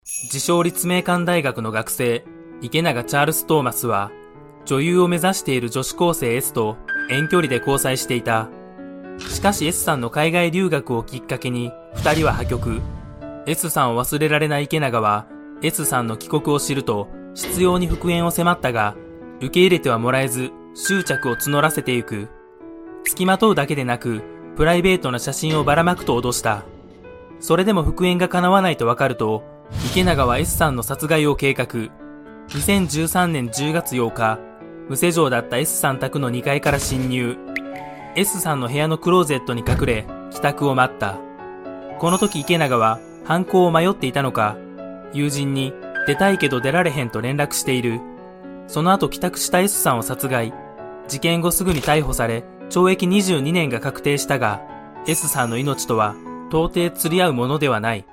自称立命館大学の学生、池永チャールス・トーマスは、女優を目指している女子高生 S と遠距離で交際していた。しかし S さんの海外留学をきっかけに二人は破局。S さんを忘れられない池永は S さんの帰国を知ると執拗に復縁を迫ったが、受け入れてはもらえず執着を募らせてゆく。付きまとうだけでなく、プライベートな写真をばらまくと脅した。それでも復縁が叶わないとわかると、池永は S さんの殺害を計画。2013年10月8日、無施錠だった S さん宅の2階から侵入。S さんの部屋のクローゼットに隠れ、帰宅を待った。この時池永は犯行を迷っていたのか、友人に出たいけど出られへんと連絡している。その後帰宅した S さんを殺害。事件後すぐに逮捕され、懲役22年が確定したが、S さんの命とは到底釣り合うものではない。